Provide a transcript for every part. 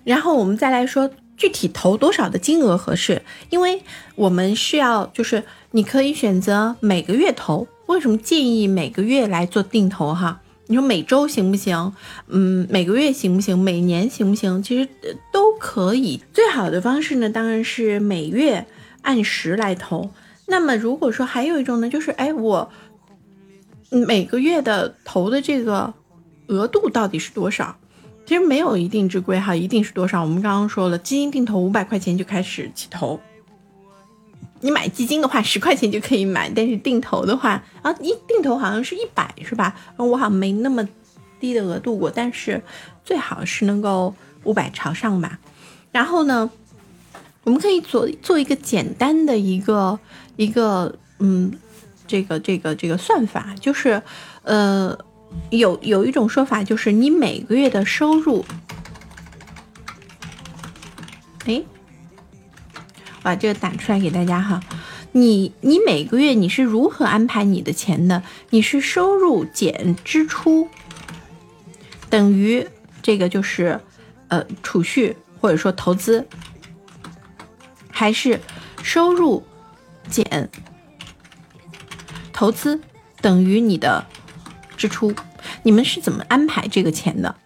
然后我们再来说具体投多少的金额合适，因为我们是要就是你可以选择每个月投，为什么建议每个月来做定投哈？你说每周行不行？每个月行不行？每年行不行？其实都可以。最好的方式呢，当然是每月按时来投。那么如果说还有一种呢，就是我每个月的投的这个额度到底是多少？其实没有一定之规哈，一定是多少？我们刚刚说了，基金定投500块钱就开始起投。你买基金的话10块钱就可以买，但是定投的话定投好像是100是吧？我好像没那么低的额度过，但是最好是能够500朝上吧。然后呢，我们可以做一个简单的一个这个算法，就是有一种说法，就是你每个月的收入，把这个打出来给大家哈。你每个月你是如何安排你的钱的？你是收入减支出等于这个就是储蓄或者说投资，还是收入减投资等于你的支出？你们是怎么安排这个钱的？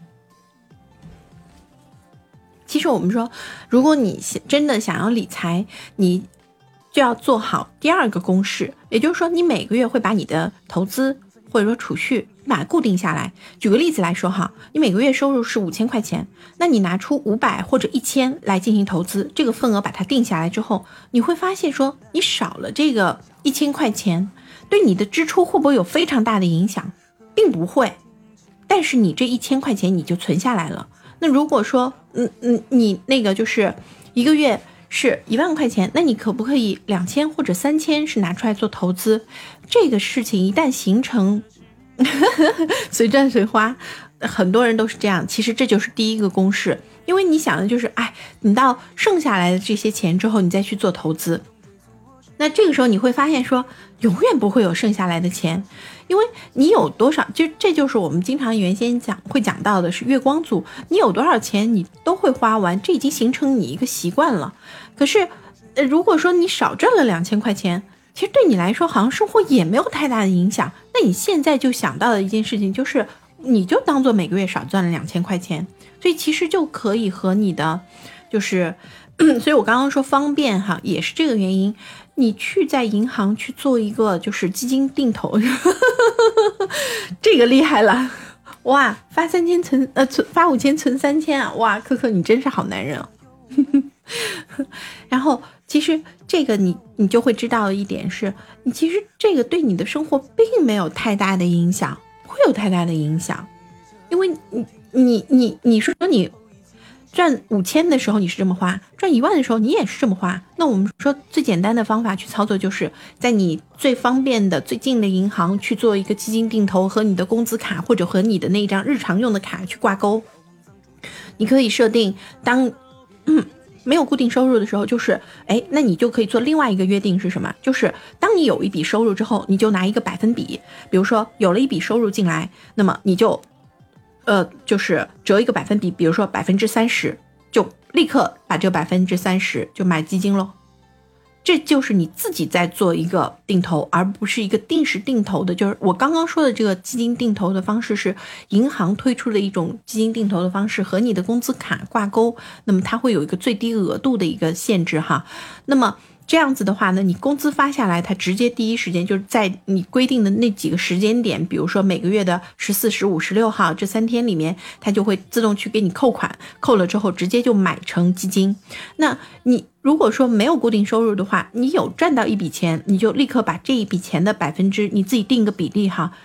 其实我们说，如果你真的想要理财，你就要做好第二个公式，也就是说你每个月会把你的投资或者说储蓄把它固定下来。举个例子来说哈，你每个月收入是5000块钱，那你拿出500或者1000来进行投资，这个份额把它定下来之后，你会发现说你少了这个1000块钱，对你的支出会不会有非常大的影响？并不会，但是你这1000块钱你就存下来了。那如果说你那个就是一个月是1万块钱，那你可不可以2000或者3000是拿出来做投资？这个事情一旦形成随赚随花，很多人都是这样。其实这就是第一个公式，因为你想的就是你到剩下来的这些钱之后你再去做投资，那这个时候你会发现说永远不会有剩下来的钱，因为你有多少，这就是我们经常原先会讲到的是月光族，你有多少钱你都会花完，这已经形成你一个习惯了。可是如果说你少挣了2000块钱，其实对你来说好像生活也没有太大的影响，那你现在就想到的一件事情就是你就当做每个月少赚了2000块钱，所以其实就可以和你的就是所以我刚刚说方便哈，也是这个原因。你去在银行去做一个就是基金定投这个厉害了哇，发5000存3000啊，哇，可可你真是好男人哦然后其实这个你就会知道一点是，你其实这个对你的生活并没有太大的影响，会有太大的影响，因为你说你赚5000的时候你是这么花，赚1万的时候你也是这么花。那我们说最简单的方法去操作，就是在你最方便的最近的银行去做一个基金定投，和你的工资卡或者和你的那张日常用的卡去挂钩。你可以设定当没有固定收入的时候，就是那你就可以做另外一个约定是什么？就是当你有一笔收入之后，你就拿一个百分比，比如说有了一笔收入进来，那么你就就是折一个百分比，比如说30%，就立刻把这个30%就买基金咯。这就是你自己在做一个定投，而不是一个定时定投的。就是我刚刚说的这个基金定投的方式，是银行推出的一种基金定投的方式，和你的工资卡挂钩，那么它会有一个最低额度的一个限制哈。那么这样子的话呢，你工资发下来，它直接第一时间就是在你规定的那几个时间点，比如说每个月的14、15、16号这3天里面，它就会自动去给你扣款，扣了之后直接就买成基金。那你如果说没有固定收入的话，你有赚到一笔钱，你就立刻把这一笔钱的你自己定个比例哈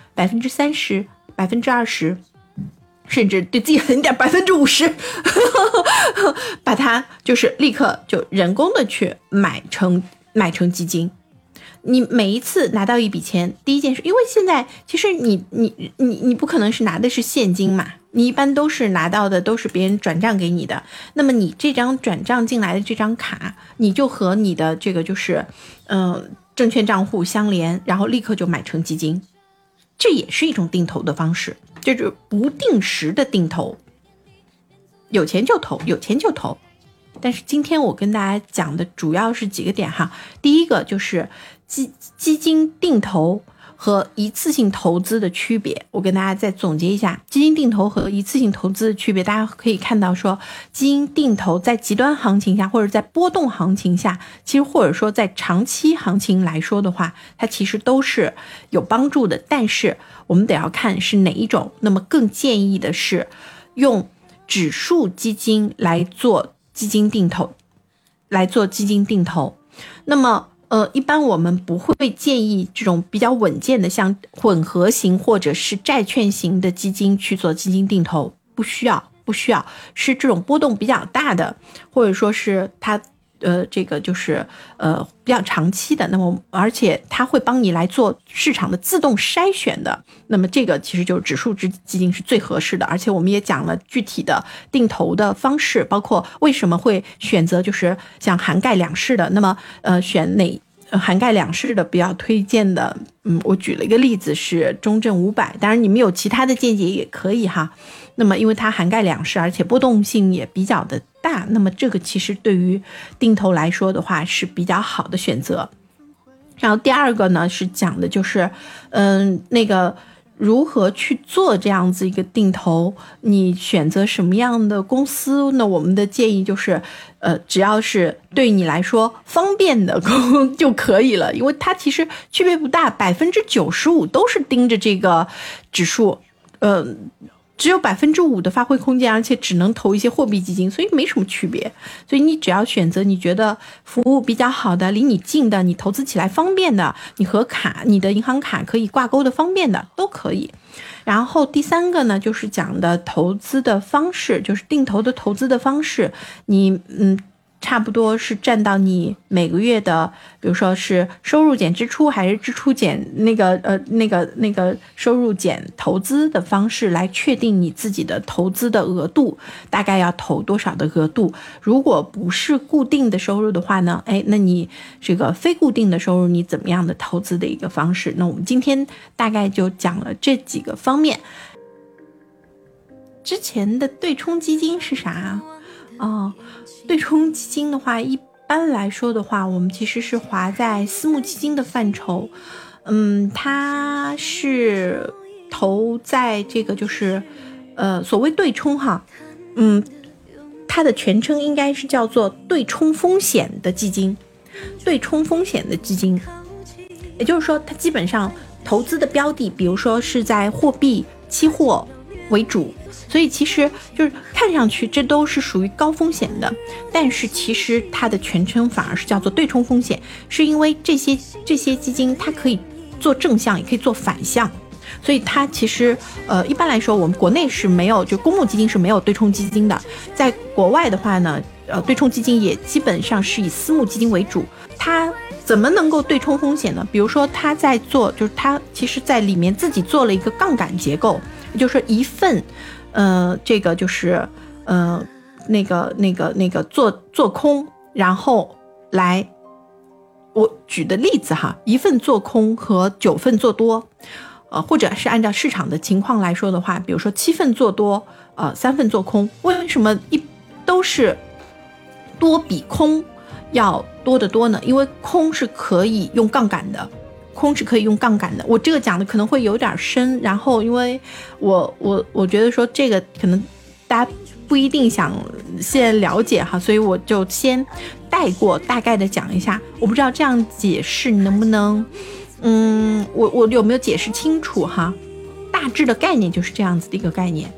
，30%、20%。甚至对自己狠点50%把它就是立刻就人工的去买成基金。你每一次拿到一笔钱，第一件事，因为现在其实你不可能是拿的是现金嘛，你一般都是拿到的都是别人转账给你的，那么你这张转账进来的这张卡，你就和你的这个就是证券账户相连，然后立刻就买成基金。这也是一种定投的方式，就是不定时的定投。 有钱就投，有钱就投。但是今天我跟大家讲的主要是几个点哈，第一个就是基金定投和一次性投资的区别，我跟大家再总结一下基金定投和一次性投资的区别。大家可以看到说，基金定投在极端行情下或者在波动行情下，其实或者说在长期行情来说的话，它其实都是有帮助的，但是我们得要看是哪一种。那么更建议的是用指数基金来做基金定投，那么一般我们不会建议这种比较稳健的像混合型或者是债券型的基金去做基金定投，不需要，是这种波动比较大的，或者说是它这个就是比较长期的，那么而且它会帮你来做市场的自动筛选的，那么这个其实就是指数基金是最合适的。而且我们也讲了具体的定投的方式，包括为什么会选择就是像涵盖两市的，那么选哪涵盖两市的比较推荐的，我举了一个例子是中证500，当然你们有其他的见解也可以哈。那么因为它涵盖两市，而且波动性也比较的大，那么这个其实对于定投来说的话是比较好的选择。然后第二个呢是讲的就是那个如何去做这样子一个定投，你选择什么样的公司呢？我们的建议就是只要是对你来说方便的就可以了，因为它其实区别不大，95%都是盯着这个指数，只有5%的发挥空间，而且只能投一些货币基金，所以没什么区别。所以你只要选择你觉得服务比较好的、离你近的、你投资起来方便的、你和你的银行卡可以挂钩的方便的都可以。然后第三个呢，就是讲的投资的方式，就是定投的投资的方式，你差不多是占到你每个月的，比如说是收入减支出，还是支出减那个收入减投资的方式来确定你自己的投资的额度，大概要投多少的额度。如果不是固定的收入的话呢，那你这个非固定的收入你怎么样的投资的一个方式。那我们今天大概就讲了这几个方面。之前的对冲基金是啥对冲基金的话，一般来说的话，我们其实是划在私募基金的范畴。它是投在这个就是所谓对冲哈，它的全称应该是叫做对冲风险的基金。对冲风险的基金，也就是说它基本上投资的标的，比如说是在货币、期货为主，所以其实就是看上去这都是属于高风险的，但是其实它的全称反而是叫做对冲风险，是因为这些基金它可以做正向也可以做反向，所以它其实一般来说我们国内是没有，就公募基金是没有对冲基金的。在国外的话呢，对冲基金也基本上是以私募基金为主。它怎么能够对冲风险呢？比如说它在做，就是它其实在里面自己做了一个杠杆结构，也就是说一份这个就是那个做空，然后来，我举的例子哈，一份做空和9份做多，或者是按照市场的情况来说的话，比如说7份做多，3份做空，为什么都是多比空要多得多呢？因为空是可以用杠杆的。我这个讲的可能会有点深，然后因为我觉得说这个可能大家不一定想现在了解哈，所以我就先带过，大概的讲一下。我不知道这样解释你能不能我有没有解释清楚哈？大致的概念就是这样子的一个概念。